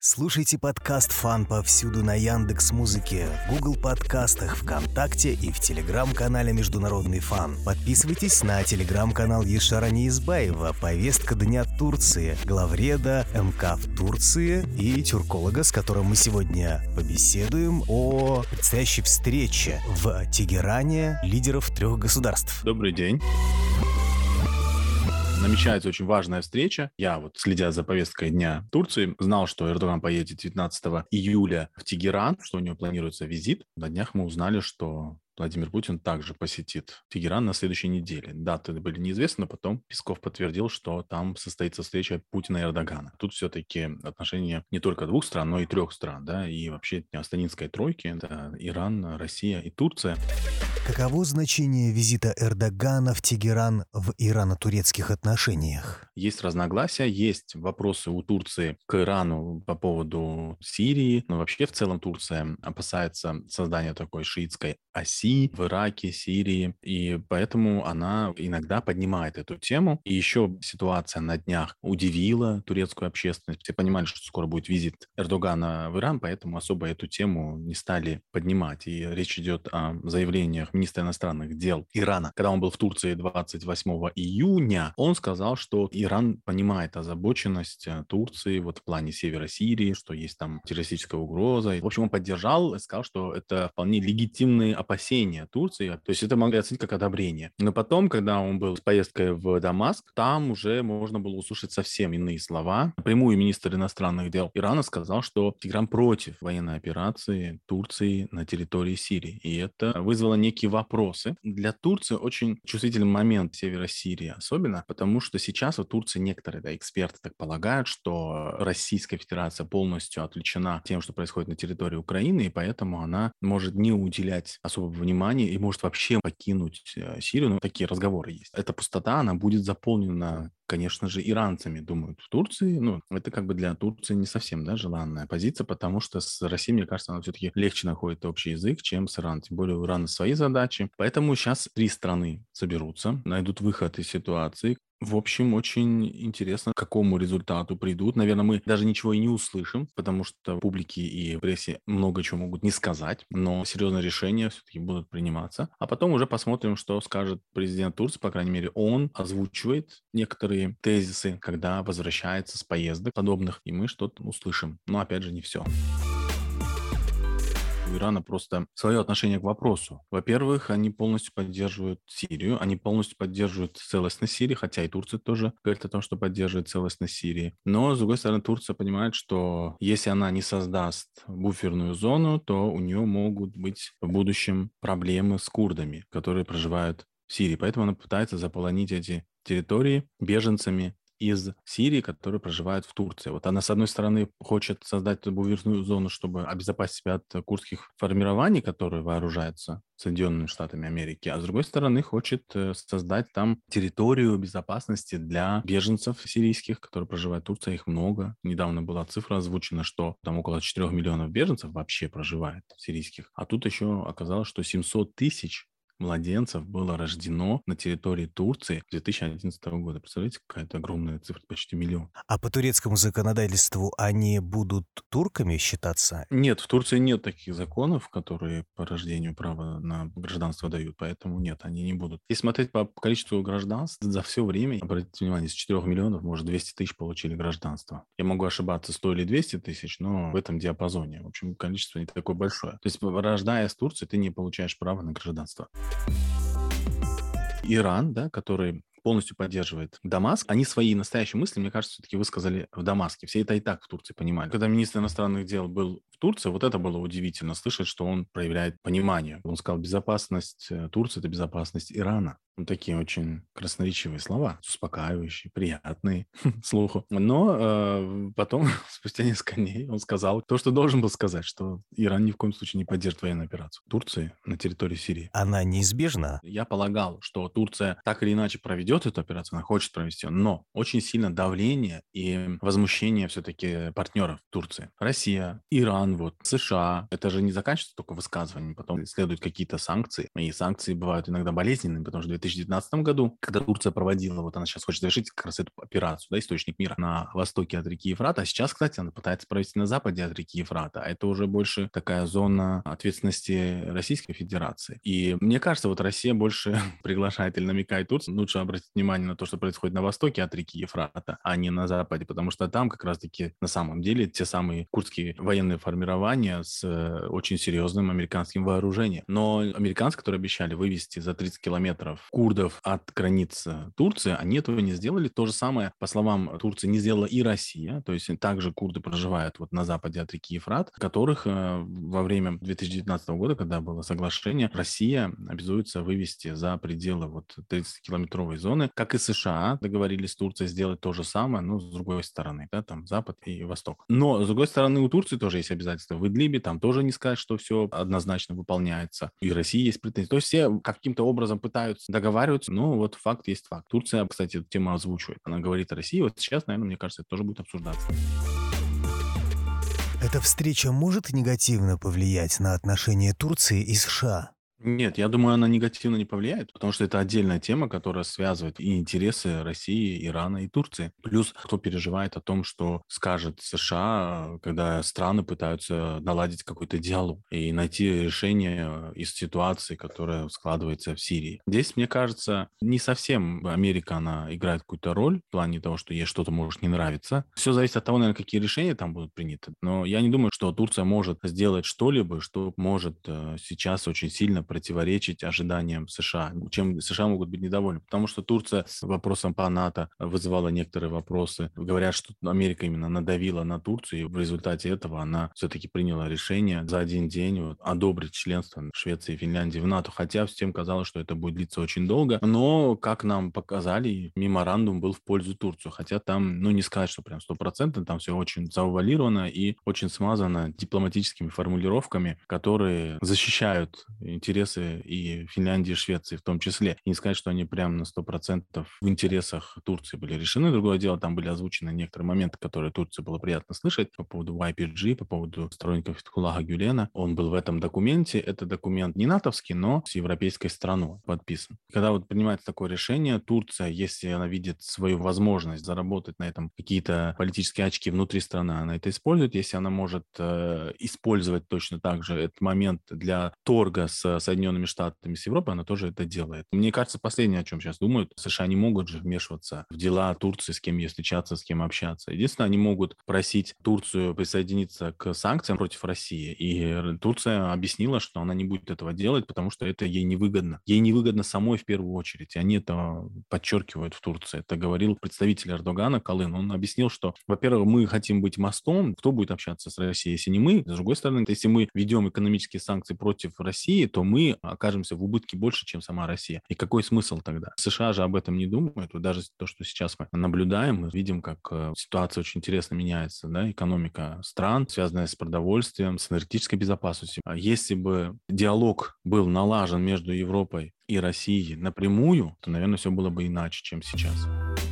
Слушайте подкаст «Фан» повсюду на Яндекс.Музыке, в Google подкастах, ВКонтакте и в Телеграм-канале «Международный фан». Подписывайтесь на Телеграм-канал Ешара Неизбаева «Повестка дня Турции», главреда МК в Турции и тюрколога, с которым мы сегодня побеседуем о предстоящей встрече в Тегеране лидеров 3 государств. Добрый день. Намечается очень важная встреча. Я следя за повесткой дня Турции, знал, что Эрдоган поедет 19 июля в Тегеран, что у него планируется визит. На днях мы узнали, что Владимир Путин также посетит Тегеран на следующей неделе. Даты были неизвестны, но потом Песков подтвердил, что там состоится встреча Путина и Эрдогана. Тут все-таки отношения не только 2 стран, но и 3 стран, да, и вообще Станинской тройки, это Иран, Россия и Турция. Каково значение визита Эрдогана в Тегеран в ирано-турецких отношениях? Есть разногласия, есть вопросы у Турции к Ирану по поводу Сирии, но вообще в целом Турция опасается создания такой шиитской оси в Ираке, Сирии, и поэтому она иногда поднимает эту тему. И еще ситуация на днях удивила турецкую общественность. Все понимали, что скоро будет визит Эрдогана в Иран, поэтому особо эту тему не стали поднимать. И речь идет о заявлениях министра иностранных дел Ирана. Когда он был в Турции 28 июня, он сказал, что Иран понимает озабоченность Турции в плане севера Сирии, что есть там террористическая угроза. В общем, он поддержал и сказал, что это вполне легитимные опасения Турции. То есть это могли оценить как одобрение. Но потом, когда он был с поездкой в Дамаск, там уже можно было услышать совсем иные слова. Напрямую министр иностранных дел Ирана сказал, что Тегеран против военной операции Турции на территории Сирии. И это вызвало некие вопросы. Для Турции очень чувствительный момент севера Сирии особенно, потому что сейчас в Турции некоторые эксперты так полагают, что Российская Федерация полностью отвлечена тем, что происходит на территории Украины, и поэтому она может не уделять особого внимания и может вообще покинуть Сирию. Но такие разговоры есть. Эта пустота, она будет заполнена, конечно же, иранцами, думают, в Турции. Это для Турции не совсем желанная позиция, потому что с Россией, мне кажется, она все-таки легче находит общий язык, чем с Ираном. Тем более у Ирана свои задачи. Поэтому сейчас 3 страны соберутся, найдут выход из ситуации. В общем, очень интересно, к какому результату придут. Наверное, мы даже ничего и не услышим, потому что публике и прессе много чего могут не сказать, но серьезные решения все-таки будут приниматься. А потом уже посмотрим, что скажет президент Турции. По крайней мере, он озвучивает некоторые тезисы, когда возвращается с поездок подобных, и мы что-то услышим. Но, опять же, не все. У Ирана просто свое отношение к вопросу. Во-первых, они полностью поддерживают Сирию, они полностью поддерживают целостность Сирии, хотя и Турция тоже говорит о том, что поддерживает целостность Сирии. Но, с другой стороны, Турция понимает, что если она не создаст буферную зону, то у нее могут быть в будущем проблемы с курдами, которые проживают в Сирии. Поэтому она пытается заполонить эти территории беженцами из Сирии, которые проживают в Турции. Она, с одной стороны, хочет создать буферную зону, чтобы обезопасить себя от курдских формирований, которые вооружаются Соединенными Штатами Америки, а с другой стороны, хочет создать там территорию безопасности для беженцев сирийских, которые проживают в Турции. Их много. Недавно была цифра озвучена, что там около 4 миллионов беженцев вообще проживает сирийских. А тут еще оказалось, что 700 тысяч младенцев было рождено на территории Турции 2011 года. Представляете, какая-то огромная цифра, почти 1 миллион. А по турецкому законодательству они будут турками считаться? Нет, в Турции нет таких законов, которые по рождению право на гражданство дают, поэтому нет, они не будут. Если смотреть по количеству гражданств, за все время, обратите внимание, из 4 миллионов, может, 200 тысяч получили гражданство. Я могу ошибаться, 100 или 200 тысяч, но в этом диапазоне. В общем, количество не такое большое. То есть, рождаясь в Турции, ты не получаешь право на гражданство. Иран, который полностью поддерживает Дамаск, они свои настоящие мысли, мне кажется, все-таки высказали в Дамаске. Все это и так в Турции понимают. Когда министр иностранных дел был в Турции, это было удивительно слышать, что он проявляет понимание. Он сказал, безопасность Турции – это безопасность Ирана. Такие очень красноречивые слова, успокаивающие, приятные слуху. Но потом, спустя несколько дней, он сказал то, что должен был сказать, что Иран ни в коем случае не поддержит военную операцию Турции на территории Сирии. Она неизбежна? Я полагал, что Турция так или иначе проведет эту операцию, она хочет провести, но очень сильно давление и возмущение все-таки партнеров Турции. Россия, Иран, США. Это же не заканчивается только высказыванием, потом следуют какие-то санкции. И санкции бывают иногда болезненными, потому что в 2019 году, когда Турция проводила, вот она сейчас хочет завершить как раз эту операцию, да, «Источник мира» на востоке от реки Ефрат, а сейчас, кстати, она пытается провести на западе от реки Ефрата, а это уже больше такая зона ответственности Российской Федерации. И мне кажется, вот Россия больше приглашает или намекает Турцию, лучше обратить внимание на то, что происходит на востоке от реки Ефрата, а не на западе, потому что там как раз-таки на самом деле те самые курдские военные формирования с очень серьезным американским вооружением. Но американцы, которые обещали вывести за 30 километров курдов от границ Турции, они этого не сделали. То же самое, по словам Турции, не сделала и Россия. То есть также курды проживают вот на западе от реки Ефрат, которых во время 2019 года, когда было соглашение, Россия обязуется вывести за пределы вот 30-километровой зоны, как и США договорились с Турцией сделать то же самое, но с другой стороны, да, там Запад и Восток. Но, с другой стороны, у Турции тоже есть обязательства. В Идлибе там тоже не сказать, что все однозначно выполняется. И России есть претензии. То есть все каким-то образом пытаются договариваться, но вот факт есть факт. Турция, кстати, эту тему озвучивает. Она говорит о России. Вот сейчас, наверное, мне кажется, это тоже будет обсуждаться. Эта встреча может негативно повлиять на отношения Турции и США? Нет, я думаю, она негативно не повлияет, потому что это отдельная тема, которая связывает и интересы России, Ирана и Турции. Плюс кто переживает о том, что скажет США, когда страны пытаются наладить какой-то диалог и найти решение из ситуации, которая складывается в Сирии. Здесь, мне кажется, не совсем Америка, она играет какую-то роль в плане того, что ей что-то может не нравиться. Все зависит от того, наверное, какие решения там будут приняты. Но я не думаю, что Турция может сделать что-либо, что может сейчас очень сильно противоречить ожиданиям США, чем США могут быть недовольны. Потому что Турция с вопросом по НАТО вызывала некоторые вопросы. Говорят, что Америка именно надавила на Турцию, и в результате этого она все-таки приняла решение за один день вот, одобрить членство Швеции и Финляндии в НАТО. Хотя всем казалось, что это будет длиться очень долго. Но, как нам показали, меморандум был в пользу Турции. Хотя там, ну, не сказать, что прям 100%, там все очень завуалировано и очень смазано дипломатическими формулировками, которые защищают интересы и Финляндии, и Швеции в том числе. И не сказать, что они прям на 100% в интересах Турции были решены. Другое дело, там были озвучены некоторые моменты, которые Турции было приятно слышать по поводу YPG, по поводу сторонников Фетхуллаха Гюлена. Он был в этом документе. Это документ не натовский, но с европейской страной подписан. Когда вот принимается такое решение, Турция, если она видит свою возможность заработать на этом какие-то политические очки внутри страны, она это использует. Если она может использовать точно так же этот момент для торга с Соединенными Штатами, с Европой, она тоже это делает. Мне кажется, последнее, о чем сейчас думают, США не могут же вмешиваться в дела Турции, с кем ей встречаться, с кем общаться. Единственное, они могут просить Турцию присоединиться к санкциям против России. И Турция объяснила, что она не будет этого делать, потому что это ей невыгодно. Ей невыгодно самой в первую очередь. И они это подчеркивают в Турции. Это говорил представитель Эрдогана Калын. Он объяснил, что, во-первых, мы хотим быть мостом. Кто будет общаться с Россией, если не мы? С другой стороны, если мы ведем экономические санкции против России, то мы окажемся в убытке больше, чем сама Россия. И какой смысл тогда? США же об этом не думают. Вот даже то, что сейчас мы наблюдаем, мы видим, как ситуация очень интересно меняется. Да? Экономика стран, связанная с продовольствием, с энергетической безопасностью. А если бы диалог был налажен между Европой и Россией напрямую, то, наверное, все было бы иначе, чем сейчас.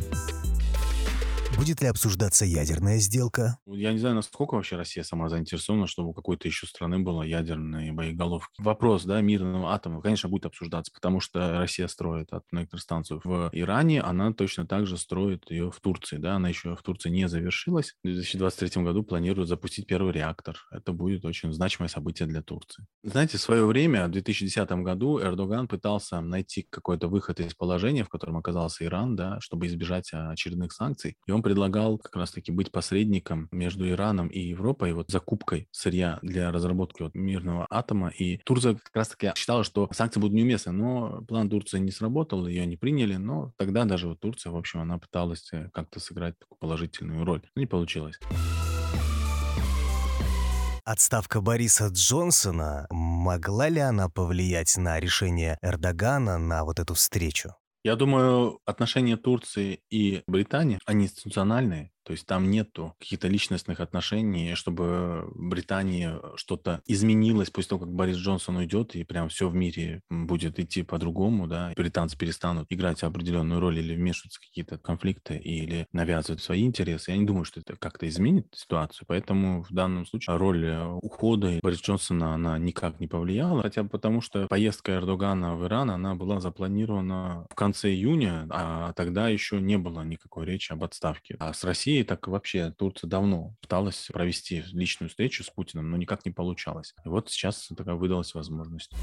Будет ли обсуждаться ядерная сделка? Я не знаю, насколько вообще Россия сама заинтересована, чтобы у какой-то еще страны было ядерные боеголовки. Вопрос, да, мирного атома, конечно, будет обсуждаться, потому что Россия строит атомную электростанцию в Иране, она точно так же строит ее в Турции, да, она еще в Турции не завершилась. В 2023 году планируют запустить первый реактор. Это будет очень значимое событие для Турции. Знаете, в свое время, в 2010 году, Эрдоган пытался найти какой-то выход из положения, в котором оказался Иран, да, чтобы избежать очередных санкций. И он предлагал как раз-таки быть посредником между Ираном и Европой, вот закупкой сырья для разработки вот мирного атома. И Турция как раз-таки считала, что санкции будут неуместны, но план Турции не сработал, ее не приняли, но тогда даже вот Турция, в общем, она пыталась как-то сыграть такую положительную роль. Но не получилось. Отставка Бориса Джонсона, могла ли она повлиять на решение Эрдогана на вот эту встречу? Я думаю, отношения Турции и Британии, они институциональные. То есть там нету каких-то личностных отношений, чтобы в Британии что-то изменилось после того, как Борис Джонсон уйдет, и прям все в мире будет идти по-другому, да, британцы перестанут играть определенную роль или вмешиваться в какие-то конфликты, или навязывать свои интересы. Я не думаю, что это как-то изменит ситуацию, поэтому в данном случае роль ухода Бориса Джонсона, она никак не повлияла, хотя бы потому, что поездка Эрдогана в Иран, она была запланирована в конце июня, а тогда еще не было никакой речи об отставке. А с Россией так вообще Турция давно пыталась провести личную встречу с Путиным, но никак не получалось. И вот сейчас такая выдалась возможность.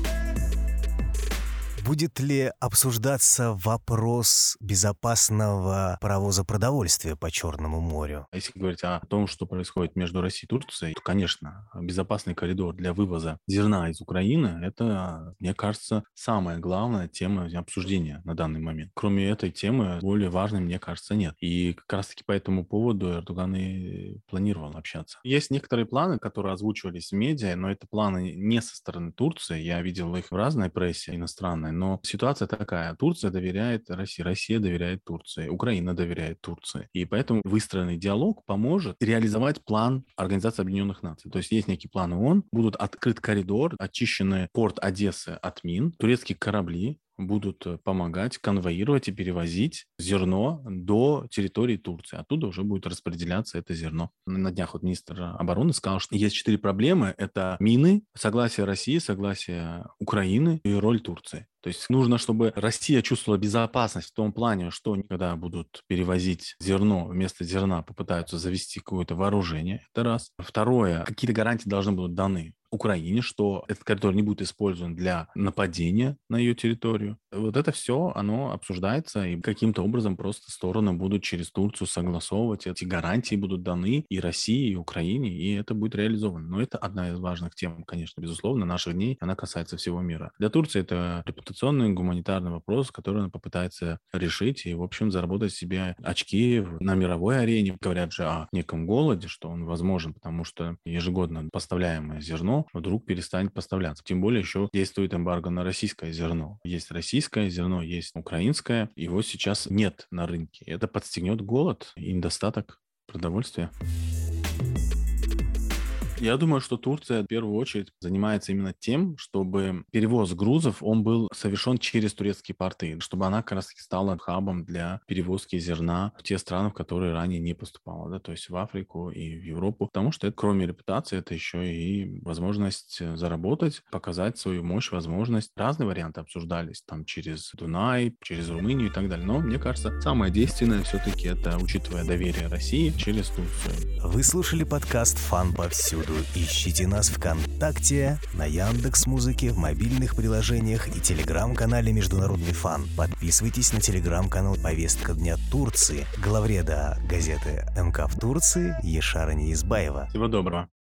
Будет ли обсуждаться вопрос безопасного провоза продовольствия по Черному морю? Если говорить о том, что происходит между Россией и Турцией, то, конечно, безопасный коридор для вывоза зерна из Украины – это, мне кажется, самая главная тема обсуждения на данный момент. Кроме этой темы, более важной, мне кажется, нет. И как раз-таки по этому поводу Эрдоган и планировал общаться. Есть некоторые планы, которые озвучивались в медиа, но это планы не со стороны Турции. Я видел их в разной прессе иностранной. Но ситуация такая. Турция доверяет России, Россия доверяет Турции, Украина доверяет Турции. И поэтому выстроенный диалог поможет реализовать план Организации Объединенных Наций. То есть есть некий план ООН, будут открыт коридор, очищены порт Одессы от мин, турецкие корабли будут помогать конвоировать и перевозить зерно до территории Турции. Оттуда уже будет распределяться это зерно. На днях вот министр обороны сказал, что есть 4 проблемы. Это мины, согласие России, согласие Украины и роль Турции. То есть нужно, чтобы Россия чувствовала безопасность в том плане, что когда будут перевозить зерно, вместо зерна попытаются завести какое-то вооружение. Это раз. Второе, какие-то гарантии должны будут даны Украине, что этот коридор не будет использован для нападения на ее территорию. Вот это все, оно обсуждается, и каким-то образом просто стороны будут через Турцию согласовывать. Эти гарантии будут даны и России, и Украине, и это будет реализовано. Но это одна из важных тем, конечно, безусловно, наших дней. Она касается всего мира. Для Турции это репутационный, гуманитарный вопрос, который она попытается решить и, в общем, заработать себе очки на мировой арене. Говорят же о неком голоде, что он возможен, потому что ежегодно поставляемое зерно вдруг перестанет поставляться. Тем более еще действует эмбарго на российское зерно. Есть российское зерно, есть украинское. Его сейчас нет на рынке. Это подстегнет голод и недостаток продовольствия. Я думаю, что Турция в первую очередь занимается именно тем, чтобы перевоз грузов, он был совершен через турецкие порты, чтобы она как раз-таки стала хабом для перевозки зерна в те страны, в которые ранее не поступало, да, то есть в Африку и в Европу, потому что это, кроме репутации, это еще и возможность заработать, показать свою мощь, возможность. Разные варианты обсуждались, там через Дунай, через Румынию и так далее, но мне кажется, самое действенное все-таки это, учитывая доверие России, через Турцию. Вы слушали подкаст «Фан повсюду». Ищите нас ВКонтакте, на Яндекс.Музыке, в мобильных приложениях и телеграм-канале «Международный фан». Подписывайтесь на телеграм-канал «Повестка дня Турции», главреда газеты МК в Турции Ешара Неизбаева. Всего доброго.